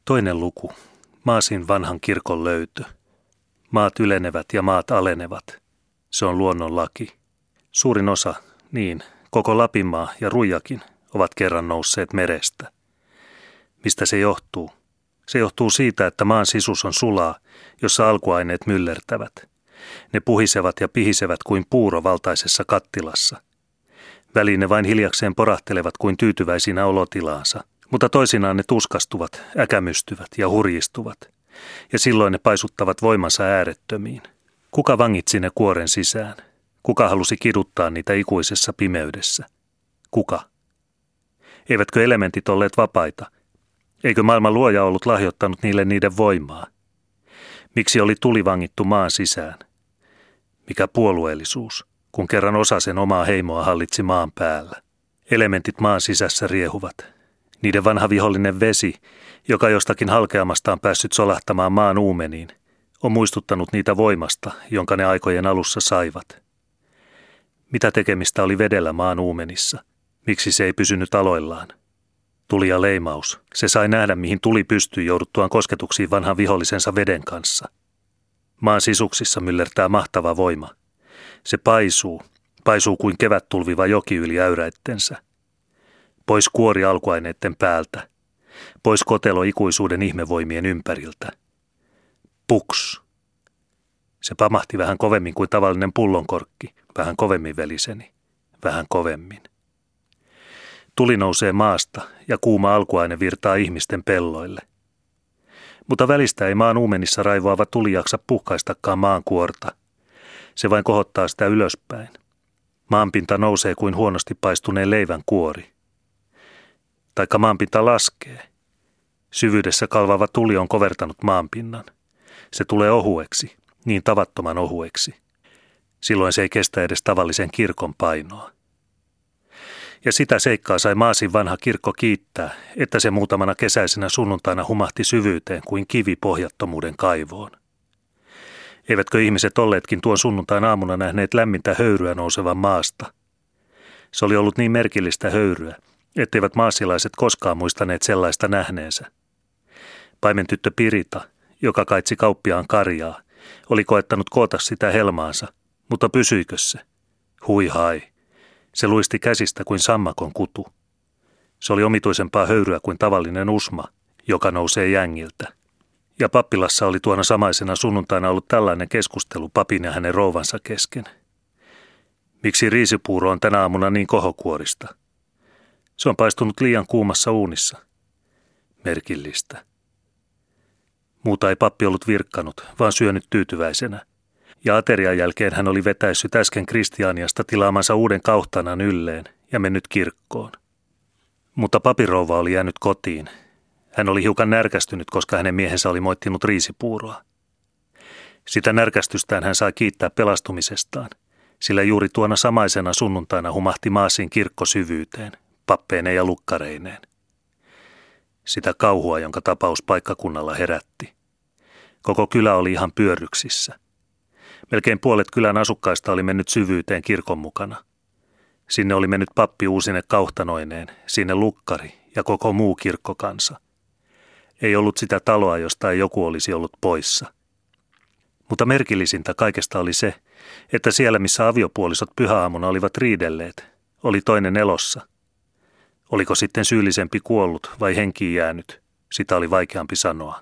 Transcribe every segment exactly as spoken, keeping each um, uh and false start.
Toinen luku. Maasin vanhan kirkon löytö. Maat ylenevät ja maat alenevat. Se on luonnon laki. Suurin osa, niin, koko Lapinmaa ja Ruijakin ovat kerran nousseet merestä. Mistä se johtuu? Se johtuu siitä, että maan sisus on sulaa, jossa alkuaineet myllertävät. Ne puhisevat ja pihisevät kuin puuro valtaisessa kattilassa. Väliin ne vain hiljakseen porahtelevat kuin tyytyväisinä olotilaansa, mutta toisinaan ne tuskastuvat, äkämystyvät ja hurjistuvat. Ja silloin ne paisuttavat voimansa äärettömiin. Kuka vangitsi ne kuoren sisään? Kuka halusi kiduttaa niitä ikuisessa pimeydessä? Kuka? Eivätkö elementit olleet vapaita? Eikö maailman luoja ollut lahjoittanut niille niiden voimaa? Miksi oli tuli vangittu maan sisään? Mikä puolueellisuus, kun kerran osa sen omaa heimoa hallitsi maan päällä. Elementit maan sisässä riehuvat. Niiden vanha vihollinen vesi, joka jostakin halkeamasta on päässyt solahtamaan maan uumeniin, on muistuttanut niitä voimasta, jonka ne aikojen alussa saivat. Mitä tekemistä oli vedellä maan uumenissa? Miksi se ei pysynyt aloillaan? Tuli ja leimaus. Se sai nähdä, mihin tuli pystyi jouduttuaan kosketuksiin vanhan vihollisensa veden kanssa. Maan sisuksissa myllertää mahtava voima. Se paisuu, paisuu kuin kevät tulviva joki yli äyräittensä. Pois kuori alkuaineiden päältä. Pois kotelo ikuisuuden ihmevoimien ympäriltä. Puks. Se pamahti vähän kovemmin kuin tavallinen pullonkorkki, vähän kovemmin veliseni, vähän kovemmin. Tuli nousee maasta ja kuuma alkuaine virtaa ihmisten pelloille. Mutta välistä ei maan uumenissa raivoava tuli jaksa puhkaistakaan maan kuorta. Se vain kohottaa sitä ylöspäin. Maanpinta nousee kuin huonosti paistuneen leivän kuori. Taikka maanpinta laskee. Syvyydessä kalvava tuli on kovertanut maanpinnan. Se tulee ohueksi, niin tavattoman ohueksi. Silloin se ei kestä edes tavallisen kirkon painoa. Ja sitä seikkaa sai Maasin vanha kirkko kiittää, että se muutamana kesäisenä sunnuntaina humahti syvyyteen kuin kivi pohjattomuuden kaivoon. Eivätkö ihmiset olleetkin tuon sunnuntain aamuna nähneet lämmintä höyryä nousevan maasta? Se oli ollut niin merkillistä höyryä, etteivät maasilaiset koskaan muistaneet sellaista nähneensä. Paimentyttö Pirita, joka kaitsi kauppiaan karjaa, oli koettanut koota sitä helmaansa, mutta pysyikö se? Hui hai. Se luisti käsistä kuin sammakon kutu. Se oli omituisempaa höyryä kuin tavallinen usma, joka nousee jängiltä. Ja pappilassa oli tuona samaisena sunnuntaina ollut tällainen keskustelu papin ja hänen rouvansa kesken. Miksi riisipuuro on tänä aamuna niin kohokuorista? Se on paistunut liian kuumassa uunissa. Merkillistä. Muuta ei pappi ollut virkkanut, vaan syönyt tyytyväisenä. Ja aterian jälkeen hän oli vetäissyt äsken Kristianiasta tilaamansa uuden kauhtanan ylleen ja mennyt kirkkoon. Mutta papirouva oli jäänyt kotiin. Hän oli hiukan närkästynyt, koska hänen miehensä oli moittinut riisipuuroa. Sitä närkästystään hän sai kiittää pelastumisestaan, sillä juuri tuona samaisena sunnuntaina humahti Maasin kirkko syvyyteen, pappeineen ja lukkareineen. Sitä kauhua, jonka tapaus paikkakunnalla herätti. Koko kylä oli ihan pyörryksissä. Melkein puolet kylän asukkaista oli mennyt syvyyteen kirkon mukana. Sinne oli mennyt pappi uusine kauhtanoineen, sinne lukkari ja koko muu kirkkokansa. Ei ollut sitä taloa, josta ei joku olisi ollut poissa. Mutta merkillisintä kaikesta oli se, että siellä missä aviopuolisot pyhäaamuna olivat riidelleet, oli toinen elossa. Oliko sitten syyllisempi kuollut vai henkiin jäänyt, sitä oli vaikeampi sanoa.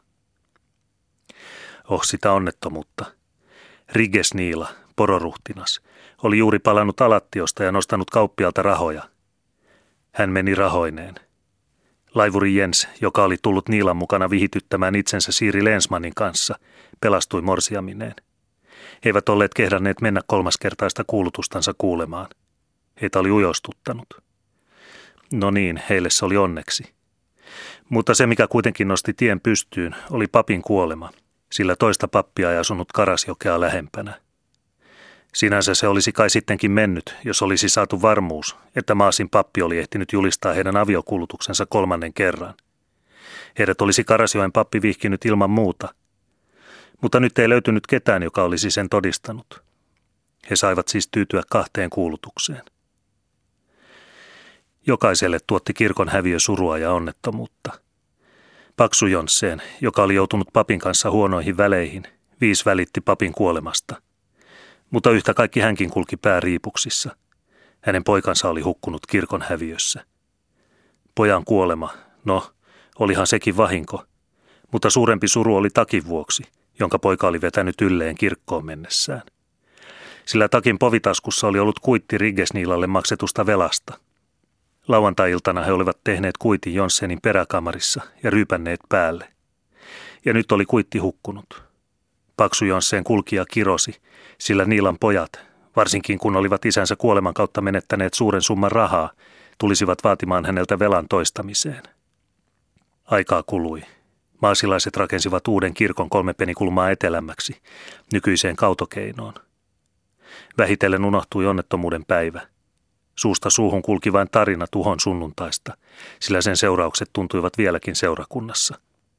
Oh, sitä onnettomuutta. Rigesniila, pororuhtinas, oli juuri palannut Alattiosta ja nostanut kauppialta rahoja. Hän meni rahoineen. Laivuri Jens, joka oli tullut Niilan mukana vihityttämään itsensä Siiri Lensmanin kanssa, pelastui morsiamineen. He eivät olleet kehdanneet mennä kolmaskertaista kuulutustansa kuulemaan. Heitä oli ujostuttanut. No niin, heille se oli onneksi. Mutta se, mikä kuitenkin nosti tien pystyyn, oli papin kuolema, sillä toista pappia ei asunut Karasjokea lähempänä. Sinänsä se olisi kai sittenkin mennyt, jos olisi saatu varmuus, että Maasin pappi oli ehtinyt julistaa heidän aviokuulutuksensa kolmannen kerran. Heidät olisi Karasjoen pappi vihkinyt ilman muuta. Mutta nyt ei löytynyt ketään, joka olisi sen todistanut. He saivat siis tyytyä kahteen kuulutukseen. Jokaiselle tuotti kirkon häviö surua ja onnettomuutta. Paksu Jonsseen, joka oli joutunut papin kanssa huonoihin väleihin, viis välitti papin kuolemasta. Mutta yhtä kaikki hänkin kulki pääriipuksissa. Hänen poikansa oli hukkunut kirkon häviössä. Pojan kuolema, no, olihan sekin vahinko, mutta suurempi suru oli takin vuoksi, jonka poika oli vetänyt ylleen kirkkoon mennessään. Sillä takin povitaskussa oli ollut kuitti Riggesniilalle maksetusta velasta. Lauantai-iltana he olivat tehneet kuitin Jonssenin peräkamarissa ja ryypänneet päälle. Ja nyt oli kuitti hukkunut. Paksu Jonsseen kulki ja kirosi, sillä Niilan pojat, varsinkin kun olivat isänsä kuoleman kautta menettäneet suuren summan rahaa, tulisivat vaatimaan häneltä velan toistamiseen. Aikaa kului. Maasilaiset rakensivat uuden kirkon kolme penikulmaa etelämmäksi, nykyiseen Kautokeinoon. Vähitellen unohtui onnettomuuden päivä. Suusta suuhun kulki vain tarina tuhon sunnuntaista, sillä sen seuraukset tuntuivat vieläkin seurakunnassa.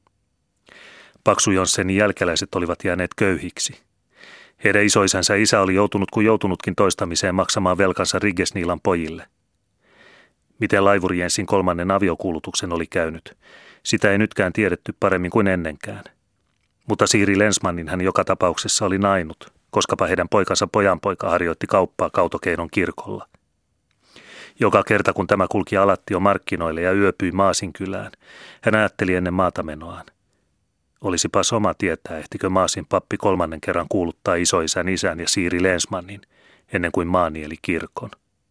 Paksu Jonssenin jälkeläiset olivat jääneet köyhiksi. Heidän isoisänsä isä oli joutunut kuin joutunutkin toistamiseen maksamaan velkansa Riggesniilan pojille. Miten Laivuri Jensin kolmannen aviokuulutuksen oli käynyt, sitä ei nytkään tiedetty paremmin kuin ennenkään. Mutta Siiri Lensmannin hän joka tapauksessa oli nainut, koskapa heidän poikansa pojanpoika harjoitti kauppaa Kautokeinon kirkolla. Joka kerta kun tämä kulki Alattio markkinoille ja yöpyi Maasinkylään, hän ajatteli ennen maatamenoaan. Olisipa soma tietää, ehtikö Maasin pappi kolmannen kerran kuuluttaa isoisän isän ja Siiri Lensmannin, ennen kuin maanieli kirkon.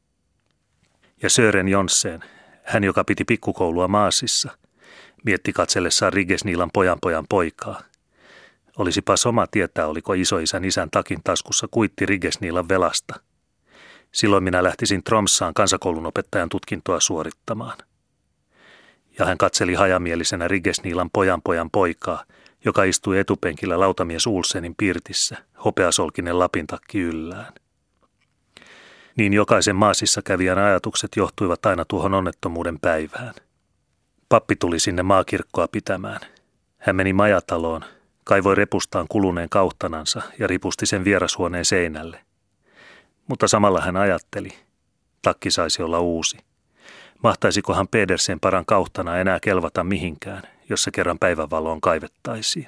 Ja Sören Jonsseen, hän joka piti pikkukoulua Maasissa, mietti katsellessaan Riggesniilan pojanpojan poikaa. Olisipa soma tietää, oliko isoisän isän takin taskussa kuitti Riggesniilan velasta. Silloin minä lähtisin Tromssaan kansakoulun opettajan tutkintoa suorittamaan. Ja hän katseli hajamielisenä Riggesniilan pojanpojan poikaa, joka istui etupenkillä lautamies Ulsenin pirtissä, hopeasolkinen lapintakki yllään. Niin jokaisen Maasissa kävijän ajatukset johtuivat aina tuohon onnettomuuden päivään. Pappi tuli sinne maakirkkoa pitämään. Hän meni majataloon, kaivoi repustaan kuluneen kauhtanansa ja ripusti sen vierashuoneen seinälle. Mutta samalla hän ajatteli, takki saisi olla uusi. Mahtaisikohan Pedersen paran kauhtana enää kelvata mihinkään, jos se kerran päivänvaloon kaivettaisiin.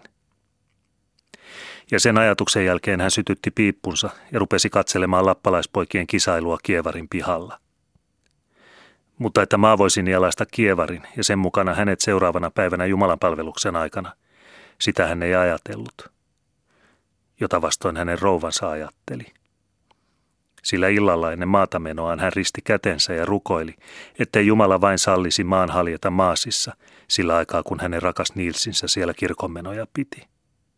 Ja sen ajatuksen jälkeen hän sytytti piippunsa ja rupesi katselemaan lappalaispoikien kisailua Kievarin pihalla. Mutta että maa voisi nielaista Kievarin ja sen mukana hänet seuraavana päivänä Jumalanpalveluksen aikana, sitä hän ei ajatellut, jota vastoin hänen rouvansa ajatteli. Sillä illalla ennen maatamenoaan hän risti kätensä ja rukoili, ettei Jumala vain sallisi maan haljeta Maasissa sillä aikaa, kun hänen rakas Nilsinsä siellä kirkonmenoja piti.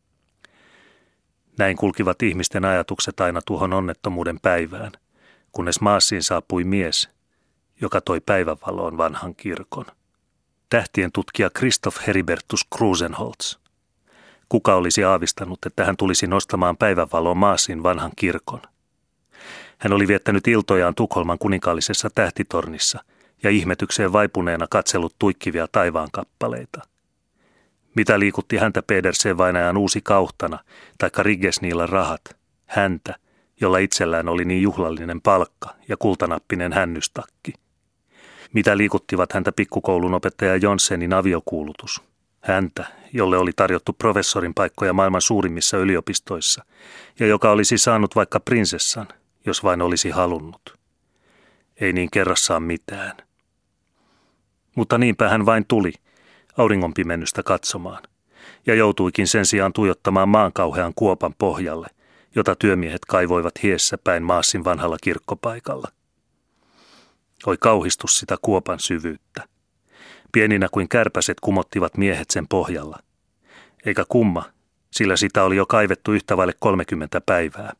Näin kulkivat ihmisten ajatukset aina tuohon onnettomuuden päivään, kunnes Maasiin saapui mies, joka toi päivänvaloon vanhan kirkon. Tähtien tutkija Christoph Heribertus Krusenholz. Kuka olisi aavistanut, että hän tulisi nostamaan päivänvaloon Maasiin vanhan kirkon? Hän oli viettänyt iltojaan Tukholman kuninkaallisessa tähtitornissa ja ihmetykseen vaipuneena katsellut tuikkivia taivaan kappaleita. Mitä liikutti häntä Pedersen vainajan uusi kauhtana, taikka Riggesniilan rahat, häntä, jolla itsellään oli niin juhlallinen palkka ja kultanappinen hännystakki? Mitä liikuttivat häntä pikkukoulun opettaja Jonssenin aviokuulutus, häntä, jolle oli tarjottu professorin paikkoja maailman suurimmissa yliopistoissa ja joka olisi saanut vaikka prinsessan, jos vain olisi halunnut. Ei niin kerrassaan mitään. Mutta niinpä hän vain tuli, auringonpimennystä katsomaan, ja joutuikin sen sijaan tuijottamaan maankauhean kuopan pohjalle, jota työmiehet kaivoivat hiessä päin Maasin vanhalla kirkkopaikalla. Oi kauhistus sitä kuopan syvyyttä. Pieninä kuin kärpäset kumottivat miehet sen pohjalla. Eikä kumma, sillä sitä oli jo kaivettu yhtä vaille kolmekymmentä päivää.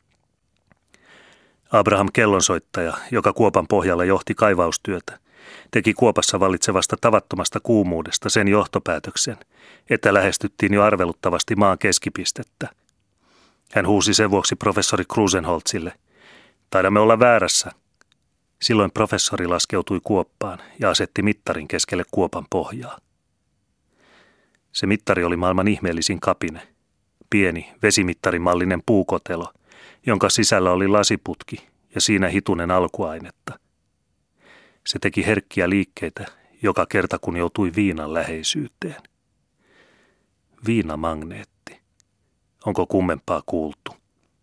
Abraham kellonsoittaja, joka kuopan pohjalla johti kaivaustyötä, teki kuopassa vallitsevasta tavattomasta kuumuudesta sen johtopäätöksen, että lähestyttiin jo arveluttavasti maan keskipistettä. Hän huusi sen vuoksi professori Krusenholzille, taidamme olla väärässä. Silloin professori laskeutui kuoppaan ja asetti mittarin keskelle kuopan pohjaa. Se mittari oli maailman ihmeellisin kapine, pieni vesimittarimallinen puukotelo, jonka sisällä oli lasiputki ja siinä hitunen alkuainetta. Se teki herkkiä liikkeitä joka kerta kun joutui viinan läheisyyteen. Viinamagneetti. Onko kummempaa kuultu?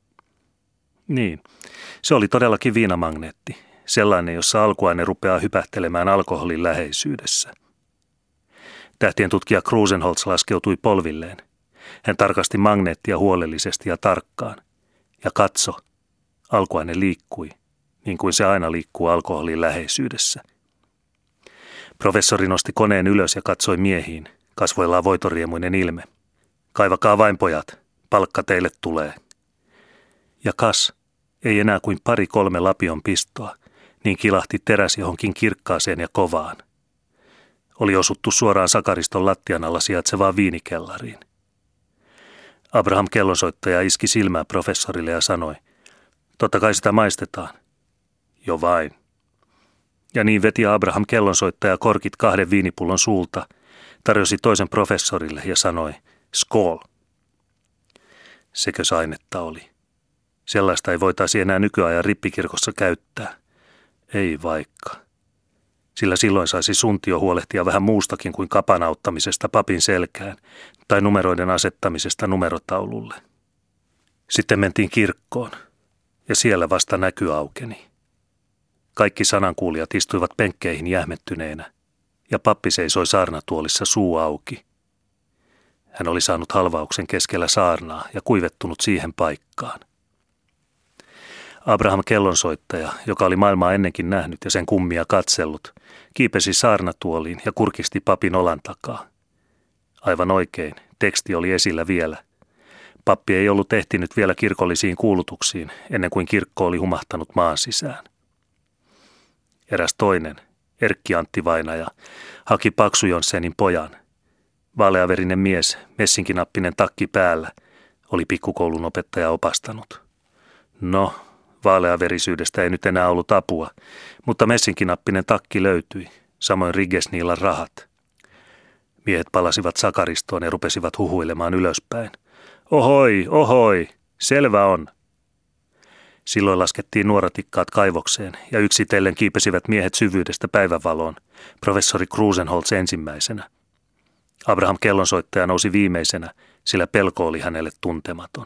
Niin, se oli todellakin viinamagneetti. Sellainen, jossa alkuaine rupeaa hypähtelemään alkoholin läheisyydessä. Tähtien tutkija Krusenholz laskeutui polvilleen. Hän tarkasti magneettia huolellisesti ja tarkkaan. Ja katso, alkuaine liikkui, niin kuin se aina liikkuu alkoholin läheisyydessä. Professori nosti koneen ylös ja katsoi miehiin, kasvoillaan voitoriemuinen ilme. Kaivakaa vain pojat, palkka teille tulee. Ja kas, ei enää kuin pari kolme lapion pistoa, niin kilahti teräs johonkin kirkkaaseen ja kovaan. Oli osuttu suoraan sakariston lattian alla sijaitsevaan viinikellariin. Abraham kellonsoittaja iski silmää professorille ja sanoi, totta kai sitä maistetaan. Jo vain. Ja niin veti Abraham kellonsoittaja korkit kahden viinipullon suulta, tarjosi toisen professorille ja sanoi, skål. Sekös ainetta oli. Sellaista ei voitaisi enää nykyajan rippikirkossa käyttää. Ei vaikka. Sillä silloin saisi suntio huolehtia vähän muustakin kuin kapanauttamisesta papin selkään tai numeroiden asettamisesta numerotaululle. Sitten mentiin kirkkoon, ja siellä vasta näky aukeni. Kaikki sanankuulijat istuivat penkkeihin jähmettyneenä, ja pappi seisoi saarnatuolissa suu auki. Hän oli saanut halvauksen keskellä saarnaa ja kuivettunut siihen paikkaan. Abraham kellonsoittaja, joka oli maailmaa ennenkin nähnyt ja sen kummia katsellut, kiipesi saarnatuoliin ja kurkisti papin olan takaa. Aivan oikein, teksti oli esillä vielä. Pappi ei ollut ehtinyt vielä kirkollisiin kuulutuksiin ennen kuin kirkko oli humahtanut maan sisään. Eräs toinen, Erkki Antti Vainaja, haki Paksu Jonssenin pojan. Vaaleaverinen mies, messinkinappinen takki päällä, oli pikkukoulun opettaja opastanut. No, vaaleaverisyydestä ei nyt enää ollut apua, mutta messinkinappinen takki löytyi, samoin Riggesniilan rahat. Miehet palasivat sakaristoon ja rupesivat huhuilemaan ylöspäin. Ohoi, ohoi, selvä on. Silloin laskettiin nuoratikkaat kaivokseen ja yksitellen kiipesivät miehet syvyydestä päivänvaloon, professori Krusenholz ensimmäisenä. Abraham kellonsoittaja nousi viimeisenä, sillä pelko oli hänelle tuntematon.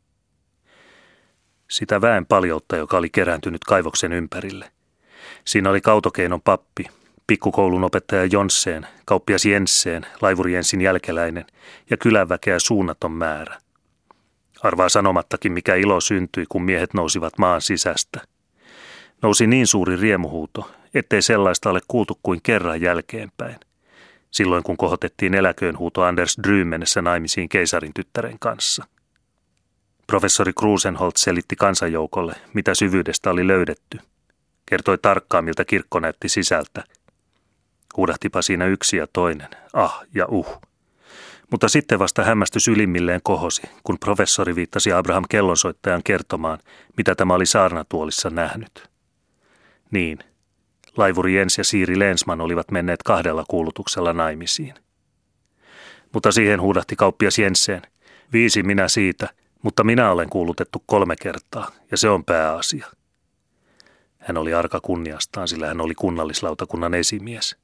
Sitä väen paljoutta, joka oli kerääntynyt kaivoksen ympärille. Siinä oli Kautokeinon pappi, pikkukoulun opettaja Jonsseen, kauppias Jensseen, laivuri Jensin jälkeläinen ja kylänväkeä suunnaton määrä. Arvaa sanomattakin, mikä ilo syntyi, kun miehet nousivat maan sisästä. Nousi niin suuri riemuhuuto, ettei sellaista ole kuultu kuin kerran jälkeenpäin. Silloin kun kohotettiin eläköönhuuto Anders Drym mennessä naimisiin keisarin tyttären kanssa. Professori Krusenholz selitti kansanjoukolle, mitä syvyydestä oli löydetty. Kertoi tarkkaan, miltä kirkko näytti sisältä. Huudahtipa siinä yksi ja toinen, ah ja uh. Mutta sitten vasta hämmästys ylimmilleen kohosi, kun professori viittasi Abraham kellonsoittajan kertomaan, mitä tämä oli saarnatuolissa nähnyt. Niin, laivuri Jens ja Siiri Lensman olivat menneet kahdella kuulutuksella naimisiin. Mutta siihen huudahti kauppias Jensseen, viisi minä siitä, mutta minä olen kuulutettu kolme kertaa, ja se on pääasia. Hän oli arka kunniastaan, sillä hän oli kunnallislautakunnan esimies.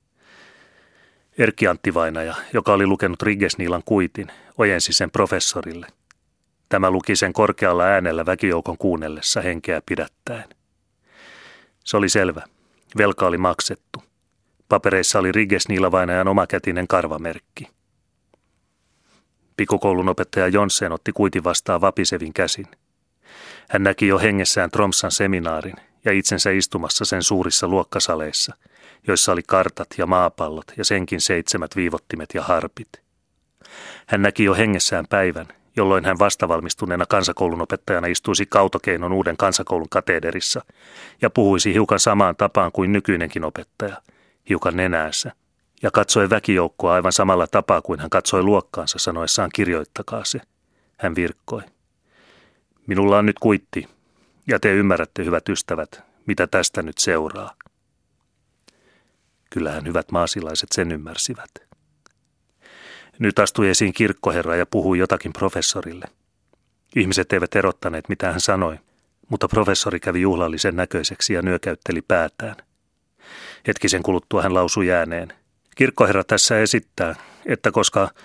Erkki Antti Vainaja, joka oli lukenut Riggesniilan kuitin, ojensi sen professorille. Tämä luki sen korkealla äänellä väkijoukon kuunnellessa henkeä pidättäen. Se oli selvä. Velka oli maksettu. Papereissa oli Riggesniila Vainajan omakätinen karvamerkki. Pikkukoulun opettaja Jonssen otti kuitin vastaan vapisevin käsin. Hän näki jo hengessään Tromssan seminaarin ja itsensä istumassa sen suurissa luokkasaleissa, joissa oli kartat ja maapallot ja senkin seitsemät viivottimet ja harpit. Hän näki jo hengessään päivän, jolloin hän vastavalmistuneena kansakoulun opettajana istuisi Kautokeinon uuden kansakoulun kateederissa ja puhuisi hiukan samaan tapaan kuin nykyinenkin opettaja, hiukan nenäänsä, ja katsoi väkijoukkoa aivan samalla tapaa kuin hän katsoi luokkaansa sanoessaan kirjoittakaa se. Hän virkkoi. Minulla on nyt kuitti, ja te ymmärrätte, hyvät ystävät, mitä tästä nyt seuraa. Kyllähän hyvät maasilaiset sen ymmärsivät. Nyt astui esiin kirkkoherra ja puhui jotakin professorille. Ihmiset eivät erottaneet, mitä hän sanoi, mutta professori kävi juhlallisen näköiseksi ja nyökäytteli päätään. Hetkisen kuluttua hän lausui ääneen. Kirkkoherra tässä esittää, että koska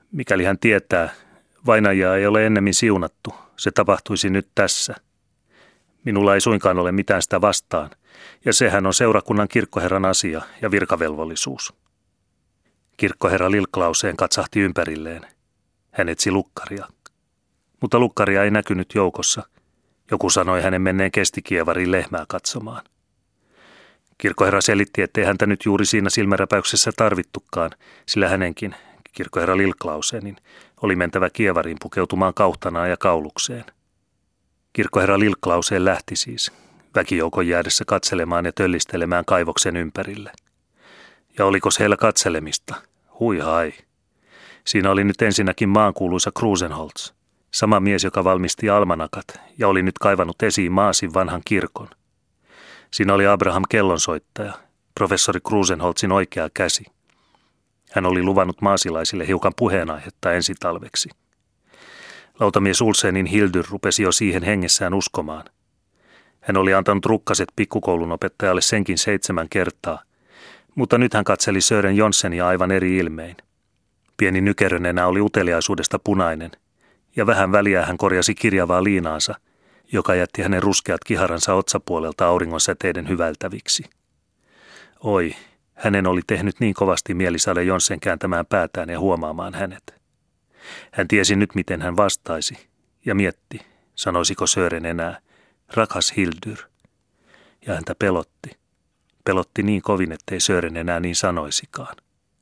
Mikäli hän tietää, vainajaa ei ole ennemmin siunattu, se tapahtuisi nyt tässä. Minulla ei suinkaan ole mitään sitä vastaan, ja sehän on seurakunnan kirkkoherran asia ja virkavelvollisuus. Kirkkoherra Lilklauseen katsahti ympärilleen. Hän etsi lukkaria. Mutta lukkaria ei näkynyt joukossa. Joku sanoi hänen menneen Kestikievariin lehmää katsomaan. Kirkkoherra selitti, ettei häntä nyt juuri siinä silmäräpäyksessä tarvittukaan, sillä hänenkin, kirkkoherra Lilklausenin, oli mentävä Kievariin pukeutumaan kauhtanaan ja kaulukseen. Kirkkoherra Lilklauseen lähti siis, väkijoukon jäädessä katselemaan ja töllistelemään kaivoksen ympärille. Ja oliko heillä katselemista? Hui hai. Siinä oli nyt ensinnäkin maankuuluisa Krusenholz, sama mies, joka valmisti almanakat ja oli nyt kaivannut esiin Maasin vanhan kirkon. Siinä oli Abraham kellonsoittaja, professori Krusenholzin oikea käsi. Hän oli luvannut maasilaisille hiukan puheenaihetta ensi talveksi. Lautamies Ulsenin Hildur rupesi jo siihen hengessään uskomaan. Hän oli antanut rukkaset pikkukoulun opettajalle senkin seitsemän kertaa, mutta nyt hän katseli Sören Jonssenia aivan eri ilmein. Pieni nykerönenä oli uteliaisuudesta punainen, ja vähän väliä hän korjasi kirjavaa liinaansa, joka jätti hänen ruskeat kiharansa otsapuolelta auringon säteiden hyvältäviksi. Oi, hänen oli tehnyt niin kovasti mieli saada Jonssen kääntämään päätään ja huomaamaan hänet. Hän tiesi nyt, miten hän vastaisi, ja mietti, sanoisiko Sören enää, rakas Hildur. Ja häntä pelotti. Pelotti niin kovin, ettei Sören enää niin sanoisikaan.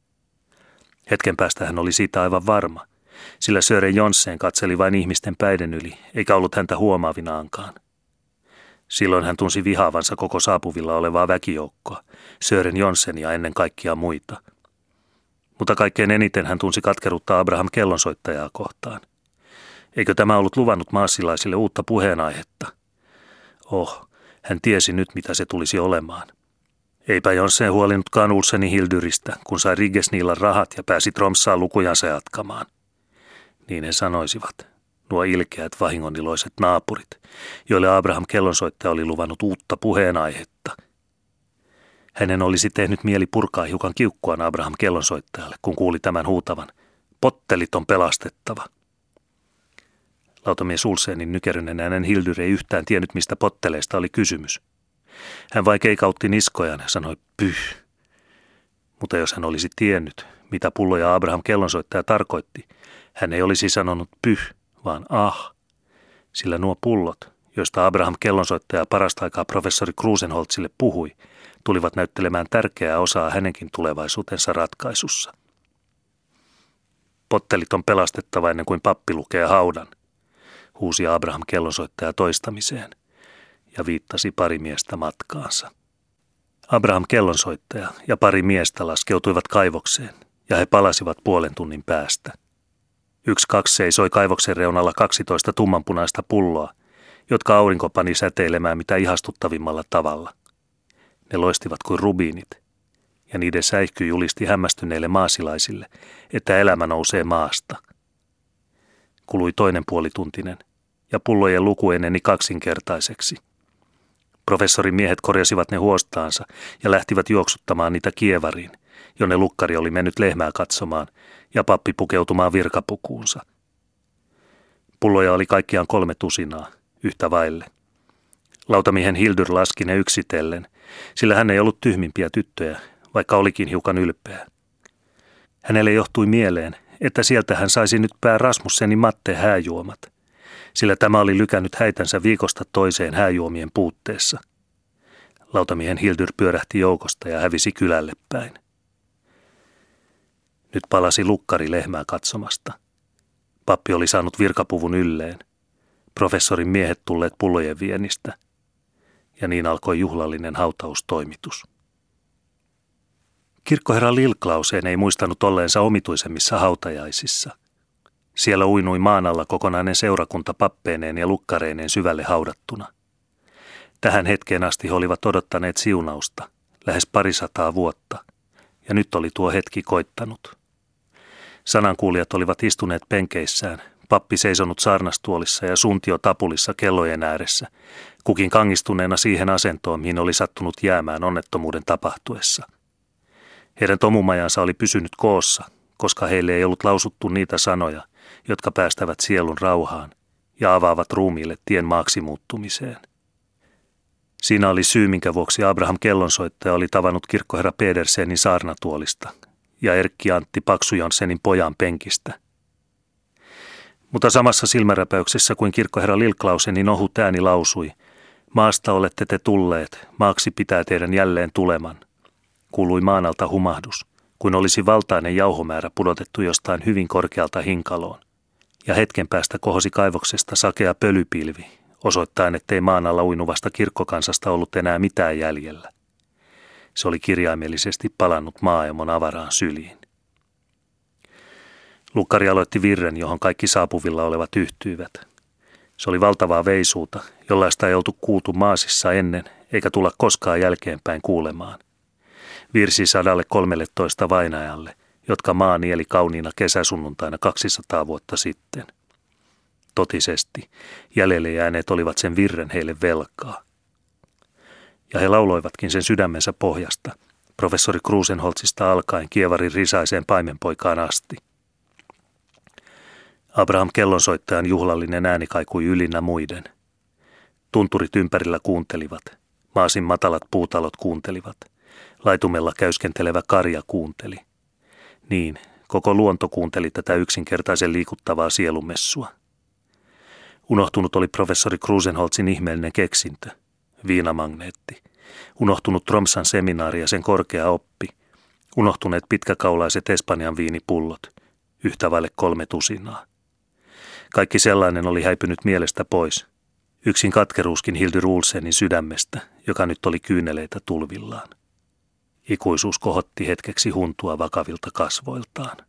Hetken päästä hän oli siitä aivan varma, sillä Sören Jonssen katseli vain ihmisten päiden yli, eikä ollut häntä huomaavinaankaan. Silloin hän tunsi vihaavansa koko saapuvilla olevaa väkijoukkoa, Sören Jonssenia ennen kaikkia muita. Mutta kaikkein eniten hän tunsi katkeruutta Abraham kellonsoittajaa kohtaan. Eikö tämä ollut luvannut maassilaisille uutta puheenaihetta? Oh, hän tiesi nyt, mitä se tulisi olemaan. Eipä Jonssen huolinutkaan Ulsenin Hildurista, kun sai Riggesniilan rahat ja pääsi Tromssaan lukujansa jatkamaan. Niin he sanoisivat, nuo ilkeät vahingoniloiset naapurit, joille Abraham kellonsoittaja oli luvannut uutta puheenaihetta. Hänen olisi tehnyt mieli purkaa hiukan kiukkuaan Abraham kellonsoittajalle, kun kuuli tämän huutavan, pottelit on pelastettava. Lautamies Ulsenin nykerynen äänen Hildur ei yhtään tiennyt, mistä potteleista oli kysymys. Hän vain keikautti niskojaan ja sanoi pyh. Mutta jos hän olisi tiennyt, mitä pulloja Abraham kellonsoittaja tarkoitti, hän ei olisi sanonut pyh, vaan ah. Sillä nuo pullot, joista Abraham kellonsoittaja parasta aikaa professori Krusenholzille puhui, tulivat näyttelemään tärkeää osaa hänenkin tulevaisuutensa ratkaisussa. Pottelit on pelastettava ennen kuin pappi lukee haudan, huusi Abraham kellonsoittaja toistamiseen ja viittasi pari miestä matkaansa. Abraham kellonsoittaja ja pari miestä laskeutuivat kaivokseen ja he palasivat puolen tunnin päästä. Yksi kaksi seisoi kaivoksen reunalla kaksitoista tummanpunaista pulloa, jotka aurinko pani säteilemään mitä ihastuttavimmalla tavalla. Ne loistivat kuin rubiinit, ja niiden säihky julisti hämmästyneille maasilaisille, että elämä nousee maasta. Kului toinen puolituntinen, ja pullojen luku eneni kaksinkertaiseksi. Professorin miehet korjasivat ne huostaansa ja lähtivät juoksuttamaan niitä Kievariin, jonne lukkari oli mennyt lehmää katsomaan ja pappi pukeutumaan virkapukuunsa. Pulloja oli kaikkiaan kolme tusinaa, yhtä vaille. Lautamiehen Hildur laski ne yksitellen, sillä hän ei ollut tyhmimpiä tyttöjä, vaikka olikin hiukan ylpeä. Hänelle johtui mieleen, että sieltä hän saisi nyt pää Rasmussenin Matte hääjuomat, sillä tämä oli lykännyt häitänsä viikosta toiseen hääjuomien puutteessa. Lautamiehen Hildur pyörähti joukosta ja hävisi kylälle päin. Nyt palasi lukkari lehmää katsomasta. Pappi oli saanut virkapuvun ylleen, professorin miehet tulleet pullojen viennistä, ja niin alkoi juhlallinen hautaustoimitus. Kirkkoherra Lilklauseen ei muistanut olleensa omituisemmissa hautajaisissa. Siellä uinui maan alla kokonainen seurakunta pappeineen ja lukkareineen syvälle haudattuna. Tähän hetkeen asti he olivat odottaneet siunausta, lähes parisataa vuotta, ja nyt oli tuo hetki koittanut. Sanankuulijat olivat istuneet penkeissään, pappi seisonut saarnastuolissa ja suntio tapulissa kellojen ääressä, kukin kangistuneena siihen asentoon, mihin oli sattunut jäämään onnettomuuden tapahtuessa. Heidän tomumajansa oli pysynyt koossa, koska heille ei ollut lausuttu niitä sanoja, jotka päästävät sielun rauhaan ja avaavat ruumiille tien maaksi muuttumiseen. Siinä oli syy, minkä vuoksi Abraham kellonsoittaja oli tavannut kirkkoherra Pedersenin saarnatuolista ja Erkki Antti Paksu-Jonssenin pojan penkistä. Mutta samassa silmäräpäyksessä kuin kirkkoherra Lilklausenin ohut ääni lausui, maasta olette te tulleet, maaksi pitää teidän jälleen tuleman, kuului maan alta humahdus, kuin olisi valtainen jauhomäärä pudotettu jostain hyvin korkealta hinkaloon, ja hetken päästä kohosi kaivoksesta sakea pölypilvi, osoittaen, ettei maan alla uinuvasta kirkkokansasta ollut enää mitään jäljellä. Se oli kirjaimellisesti palannut maailman avaraan syliin. Lukkari aloitti virren, johon kaikki saapuvilla olevat yhtyivät. Se oli valtavaa veisuuta, jollaista ei oltu kuultu maasissa ennen, eikä tulla koskaan jälkeenpäin kuulemaan. Virsi sadalle kolmelletoista vainajalle, jotka maa nieli kauniina kesäsunnuntaina kaksisataa vuotta sitten. Totisesti, jäljelle jääneet olivat sen virren heille velkaa. Ja he lauloivatkin sen sydämensä pohjasta, professori Krusenholzista alkaen Kievarin risaiseen paimenpoikaan asti. Abraham kellonsoittajan juhlallinen ääni kaikui ylinnä muiden. Tunturit ympärillä kuuntelivat, maasin matalat puutalot kuuntelivat, laitumella käyskentelevä karja kuunteli. Niin, koko luonto kuunteli tätä yksinkertaisen liikuttavaa sielumessua. Unohtunut oli professori Krusenholzin ihmeellinen keksintö, viinamagneetti. Unohtunut Tromsan seminaari ja sen korkea oppi. Unohtuneet pitkäkaulaiset Espanjan viinipullot, yhtä vaille kolme tusinaa. Kaikki sellainen oli häipynyt mielestä pois. Yksin katkeruuskin Hildur Olsenin sydämestä, joka nyt oli kyyneleitä tulvillaan. Ikuisuus kohotti hetkeksi huntua vakavilta kasvoiltaan.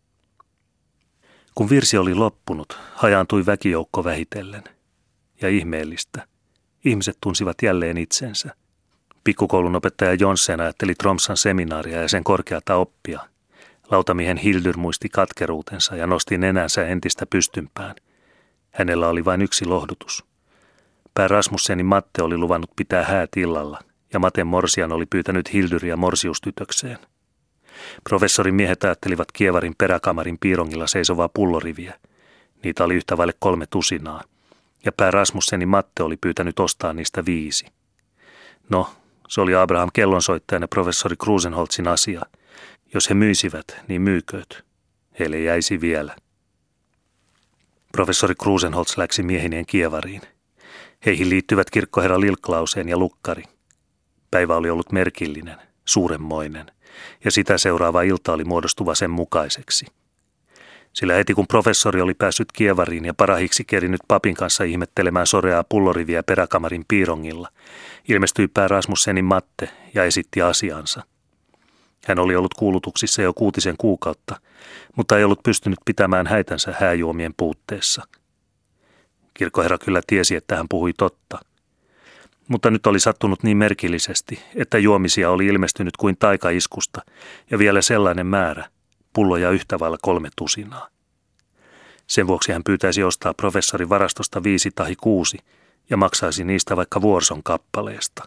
Kun virsi oli loppunut, hajaantui väkijoukko vähitellen. Ja ihmeellistä. Ihmiset tunsivat jälleen itsensä. Pikkukoulun opettaja Jonssen ajatteli Tromsan seminaaria ja sen korkeata oppia. Lautamiehen Hildur muisti katkeruutensa ja nosti nenänsä entistä pystympään. Hänellä oli vain yksi lohdutus. Pää Rasmussenin Matte oli luvannut pitää häät illalla, ja Maten morsian oli pyytänyt Hilduria morsiustytökseen. Professorin miehet ajattelivat Kievarin peräkamarin piirongilla seisovaa pulloriviä. Niitä oli yhtä vaille kolme tusinaa, ja pää Rasmussenin Matte oli pyytänyt ostaa niistä viisi. No, se oli Abraham kellonsoittajan ja professori Krusenholzin asia. Jos he myisivät, niin myykööt. Heille jäisi vielä. Professori Krusenholz läksi miehineen Kievariin. Heihin liittyvät kirkkoherra Lilklausen ja Lukkari. Päivä oli ollut merkillinen, suuremmoinen, ja sitä seuraava ilta oli muodostuva sen mukaiseksi. Sillä heti kun professori oli päässyt Kievariin ja parahiksi kerinyt papin kanssa ihmettelemään soreaa pulloriviä peräkamarin piirongilla, ilmestyi pää Rasmussenin Matte ja esitti asiansa. Hän oli ollut kuulutuksissa jo kuutisen kuukautta, mutta ei ollut pystynyt pitämään häitänsä hääjuomien puutteessa. Kirkkoherra kyllä tiesi, että hän puhui totta. Mutta nyt oli sattunut niin merkillisesti, että juomisia oli ilmestynyt kuin taikaiskusta ja vielä sellainen määrä, pulloja yhtä vailla kolme tusinaa. Sen vuoksi hän pyytäisi ostaa professorin varastosta viisi tai kuusi ja maksaisi niistä vaikka vuorson kappaleesta.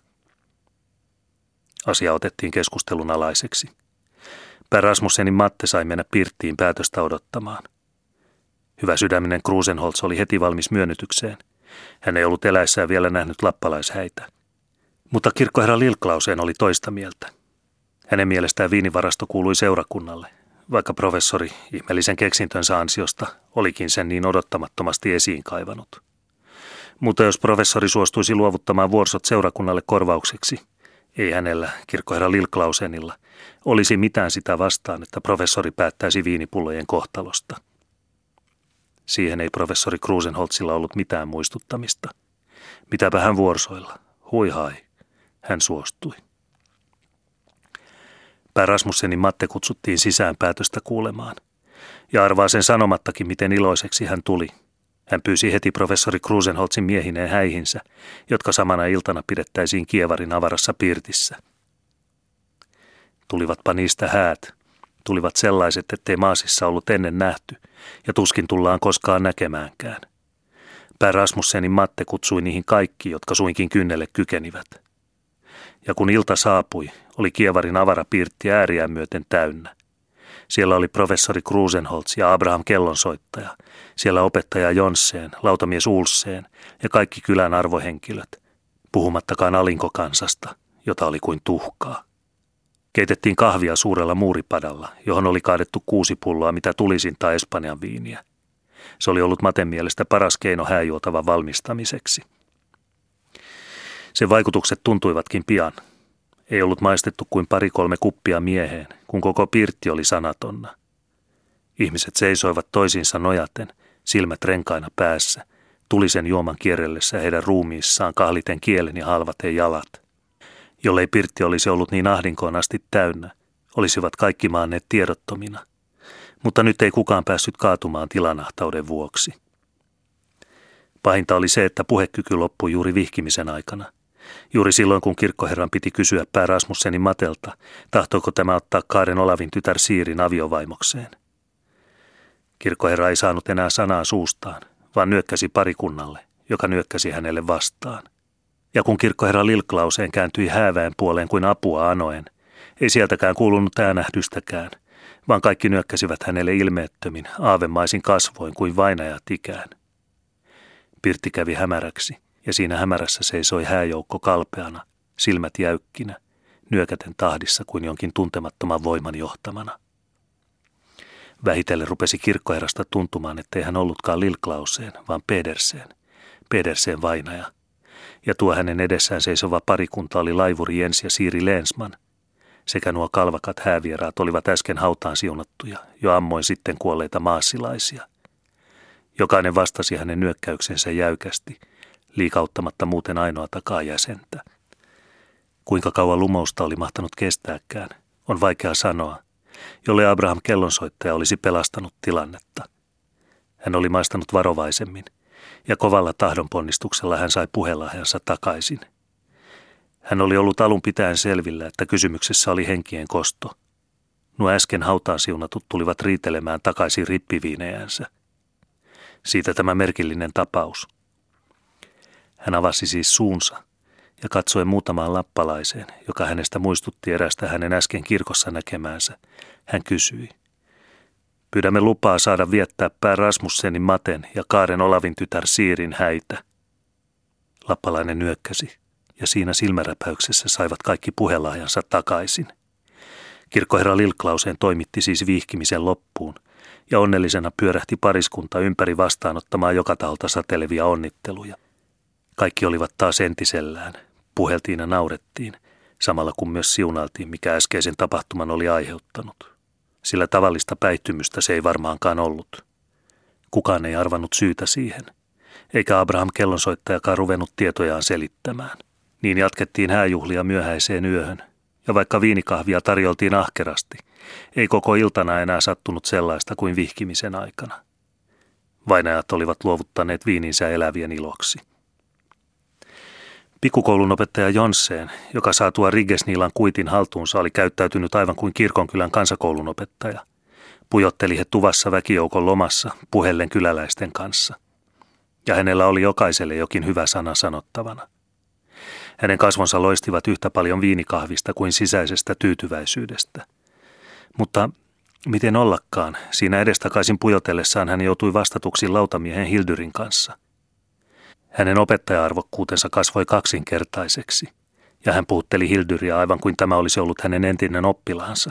Asia otettiin keskustelun alaiseksi. Pää Rasmussenin Matte sai mennä pirttiin päätöstä odottamaan. Hyvä sydäminen Krusenholz oli heti valmis myönnytykseen. Hän ei ollut eläessään vielä nähnyt lappalaishäitä. Mutta kirkkoherra Lilklausen oli toista mieltä. Hänen mielestään viinivarasto kuului seurakunnalle, vaikka professori ihmeellisen keksintönsä ansiosta olikin sen niin odottamattomasti esiin kaivanut. Mutta jos professori suostuisi luovuttamaan vuorsot seurakunnalle korvaukseksi, ei hänellä, kirkkoherra Lilklausenilla, olisi mitään sitä vastaan, että professori päättäisi viinipullojen kohtalosta. Siihen ei professori Krusenholzilla ollut mitään muistuttamista. Mitäpä hän vuorsoilla? Hui hai. Hän suostui. Pää Rasmussenin Matte kutsuttiin sisään päätöstä kuulemaan. Ja arvaa sen sanomattakin, miten iloiseksi hän tuli. Hän pyysi heti professori Krusenholzin miehineen häihinsä, jotka samana iltana pidettäisiin Kievarin avarassa pirtissä. Tulivatpa niistä häät. Tulivat sellaiset, ettei maasissa ollut ennen nähty, ja tuskin tullaan koskaan näkemäänkään. Pää Rasmussenin Matte kutsui niihin kaikki, jotka suinkin kynnelle kykenivät. Ja kun ilta saapui, oli Kievarin avarapirtti ääriään myöten täynnä. Siellä oli professori Krusenholz ja Abraham Kellonsoittaja. Siellä opettaja Jonsseen, lautamies Ulseen ja kaikki kylän arvohenkilöt, puhumattakaan alinkokansasta, jota oli kuin tuhkaa. Keitettiin kahvia suurella muuripadalla, johon oli kaadettu kuusi pulloa mitä tulisinta Espanjan viiniä. Se oli ollut Maten mielestä paras keino hääjuotavan valmistamiseksi. Sen vaikutukset tuntuivatkin pian. Ei ollut maistettu kuin pari-kolme kuppia mieheen, kun koko pirtti oli sanatonna. Ihmiset seisoivat toisiinsa nojaten, silmät renkaina päässä, tulisen juoman kierrellessä heidän ruumiissaan kahliten kielen ja halvaten jalat. Jollei pirtti olisi ollut niin ahdinkoon asti täynnä, olisivat kaikki maanneet tiedottomina. Mutta nyt ei kukaan päässyt kaatumaan tilanahtauden vuoksi. Pahinta oli se, että puhekyky loppui juuri vihkimisen aikana. Juuri silloin, kun kirkkoherran piti kysyä pää Rasmussenin Matelta, tahtoiko tämä ottaa Kaaren Olavin tytär Siirin aviovaimokseen. Kirkkoherra ei saanut enää sanaa suustaan, vaan nyökkäsi parikunnalle, joka nyökkäsi hänelle vastaan. Ja kun kirkkoherra Lilklauseen kääntyi hääväen puoleen kuin apua anoen, ei sieltäkään kuulunut äänähdystäkään, vaan kaikki nyökkäsivät hänelle ilmeettömin, aavemaisin kasvoin kuin vainajat ikään. Pirtti kävi hämäräksi, ja siinä hämärässä seisoi hääjoukko kalpeana, silmät jäykkinä, nyökäten tahdissa kuin jonkin tuntemattoman voiman johtamana. Vähitellen rupesi kirkkoherrasta tuntumaan, ettei hän ollutkaan Lilklauseen, vaan Pederseen, Pederseen vainaja. Ja tuo hänen edessään seisova parikunta oli laivuri Jens ja Siiri Lensman. Sekä nuo kalvakat häävieraat olivat äsken hautaan siunattuja, jo ammoin sitten kuolleita maassilaisia. Jokainen vastasi hänen nyökkäyksensä jäykästi, liikauttamatta muuten ainoa takajäsentä. Kuinka kauan lumousta oli mahtanut kestääkään, on vaikea sanoa, jolle Abraham Kellonsoittaja olisi pelastanut tilannetta. Hän oli maistanut varovaisemmin, ja kovalla tahdonponnistuksella hän sai puhelahjansa takaisin. Hän oli ollut alun pitäen selvillä, että kysymyksessä oli henkien kosto. Nuo äsken hautaan siunatut tulivat riitelemään takaisin rippiviinejänsä. Siitä tämä merkillinen tapaus. Hän avasi siis suunsa ja katsoi muutamaan lappalaiseen, joka hänestä muistutti erästä hänen äsken kirkossa näkemäänsä. Hän kysyi. Pyydämme lupaa saada viettää pää Rasmussenin Maten ja Kaaren Olavin tytär Siirin häitä. Lappalainen nyökkäsi, ja siinä silmäräpäyksessä saivat kaikki puhelahjansa takaisin. Kirkkoherra Lilklauseen toimitti siis vihkimisen loppuun, ja onnellisena pyörähti pariskunta ympäri vastaanottamaan joka taholta satelevia onnitteluja. Kaikki olivat taas entisellään, puheltiin ja naurettiin, samalla kun myös siunailtiin, mikä äskeisen tapahtuman oli aiheuttanut. Sillä tavallista päihtymystä se ei varmaankaan ollut. Kukaan ei arvannut syytä siihen, eikä Abraham Kellonsoittajakaan ruvennut tietojaan selittämään. Niin jatkettiin hääjuhlia myöhäiseen yöhön, ja vaikka viinikahvia tarjoltiin ahkerasti, ei koko iltana enää sattunut sellaista kuin vihkimisen aikana. Vainajat olivat luovuttaneet viininsä elävien iloksi. Pikkukoulun opettaja Jonsseen, joka saatua Rigesniilan kuitin haltuunsa, oli käyttäytynyt aivan kuin kirkonkylän kansakoulun opettaja. Pujotteli he tuvassa väkijoukon lomassa puheellen kyläläisten kanssa. Ja hänellä oli jokaiselle jokin hyvä sana sanottavana. Hänen kasvonsa loistivat yhtä paljon viinikahvista kuin sisäisestä tyytyväisyydestä. Mutta miten ollakaan, siinä edestakaisin pujotellessaan hän joutui vastatuksi lautamiehen Hildyrin kanssa. Hänen opettaja-arvokkuutensa kasvoi kaksinkertaiseksi, ja hän puhutteli Hildyriä aivan kuin tämä olisi ollut hänen entinen oppilaansa.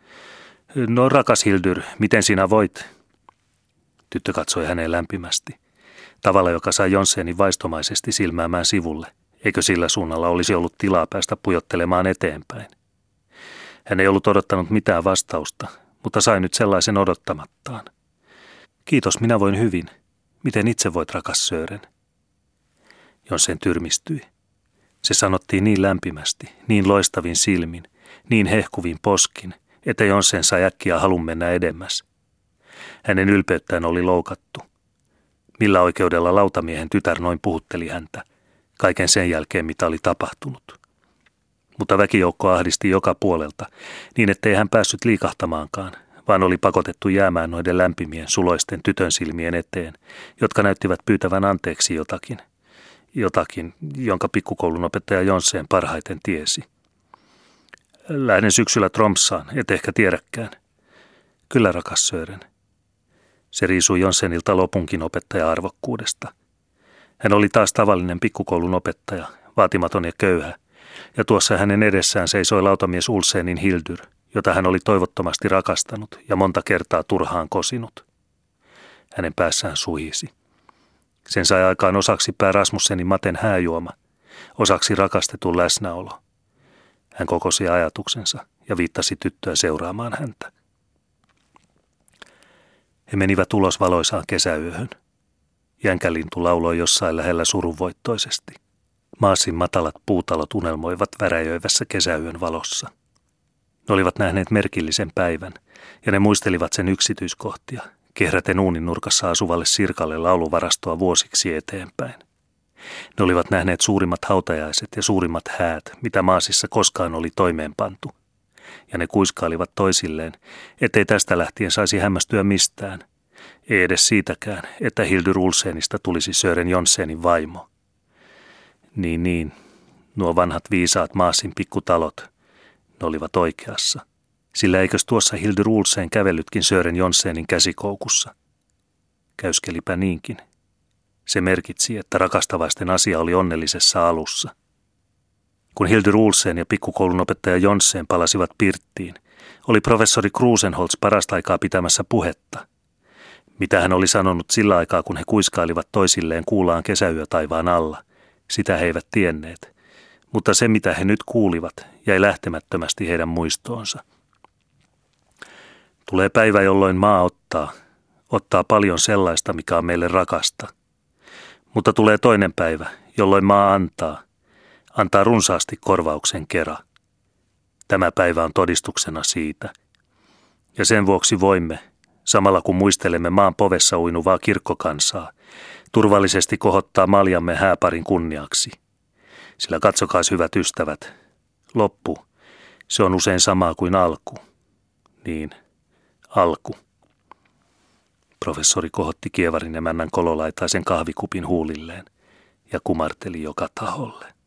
No rakas Hildyr, miten sinä voit? Tyttö katsoi häneen lämpimästi, tavalla joka sai Jonssenin vaistomaisesti silmäämään sivulle, eikö sillä suunnalla olisi ollut tilaa päästä pujottelemaan eteenpäin. Hän ei ollut odottanut mitään vastausta, mutta sai nyt sellaisen odottamattaan. Kiitos, minä voin hyvin. Miten itse voit, rakas Sören? Jonssen tyrmistyi. Se sanottiin niin lämpimästi, niin loistavin silmin, niin hehkuvin poskin, että Jonssen sai äkkiä halun mennä edemmäs. Hänen ylpeyttään oli loukattu. Millä oikeudella lautamiehen tytär noin puhutteli häntä, kaiken sen jälkeen mitä oli tapahtunut. Mutta väkijoukko ahdisti joka puolelta, niin ettei hän päässyt liikahtamaankaan, vaan oli pakotettu jäämään noiden lämpimien suloisten tytön silmien eteen, jotka näyttivät pyytävän anteeksi jotakin. Jotakin, jonka pikkukoulun opettaja Jonsseen parhaiten tiesi. Lähden syksyllä Tromssaan, et ehkä tiedäkään. Kyllä, rakas Sören. Se riisui Jonsenilta lopunkin opettaja-arvokkuudesta. Hän oli taas tavallinen pikkukoulun opettaja, vaatimaton ja köyhä, ja tuossa hänen edessään seisoi lautamies Ulsenin Hildur, jota hän oli toivottomasti rakastanut ja monta kertaa turhaan kosinut. Hänen päässään suhisi. Sen sai aikaan osaksi pää Rasmussenin Maten hääjuoma, osaksi rakastetun läsnäolo. Hän kokosi ajatuksensa ja viittasi tyttöä seuraamaan häntä. He menivät ulos valoisaan kesäyöhön. Jänkälintu lauloi jossain lähellä surunvoittoisesti. Maasin matalat puutalot unelmoivat väräjöivässä kesäyön valossa. Ne olivat nähneet merkillisen päivän, ja ne muistelivat sen yksityiskohtia, kehräten uunin nurkassa asuvalle Sirkalle lauluvarastoa vuosiksi eteenpäin. Ne olivat nähneet suurimmat hautajaiset ja suurimmat häät, mitä Maasissa koskaan oli toimeenpantu. Ja ne kuiskailivat toisilleen, ettei tästä lähtien saisi hämmästyä mistään, ei edes siitäkään, että Hildur Ulsenista tulisi Sören Jonssenin vaimo. Niin niin, nuo vanhat viisaat Maasin pikkutalot, ne olivat oikeassa. Sillä eikös tuossa Hildur Ulsen kävellytkin Sören Jonssenin käsikoukussa? Käyskelipä niinkin. Se merkitsi, että rakastavaisten asia oli onnellisessa alussa. Kun Hildur Ulsen ja pikkukoulun opettaja Jonssen palasivat pirttiin, oli professori Krusenholz parasta aikaa pitämässä puhetta. Mitä hän oli sanonut sillä aikaa, kun he kuiskailivat toisilleen kuulaan kesäyö taivaan alla, sitä he eivät tienneet. Mutta se, mitä he nyt kuulivat, jäi lähtemättömästi heidän muistoonsa. Tulee päivä, jolloin maa ottaa, ottaa paljon sellaista, mikä on meille rakasta. Mutta tulee toinen päivä, jolloin maa antaa, antaa runsaasti korvauksen kera. Tämä päivä on todistuksena siitä. Ja sen vuoksi voimme, samalla kun muistelemme maan povessa uinuvaa kirkkokansaa, turvallisesti kohottaa maljamme hääparin kunniaksi. Sillä katsokaas, hyvät ystävät, loppu, se on usein samaa kuin alku. Niin, alku. Professori kohotti kievarin emännän kololaitaisen kahvikupin huulilleen ja kumarteli joka taholle.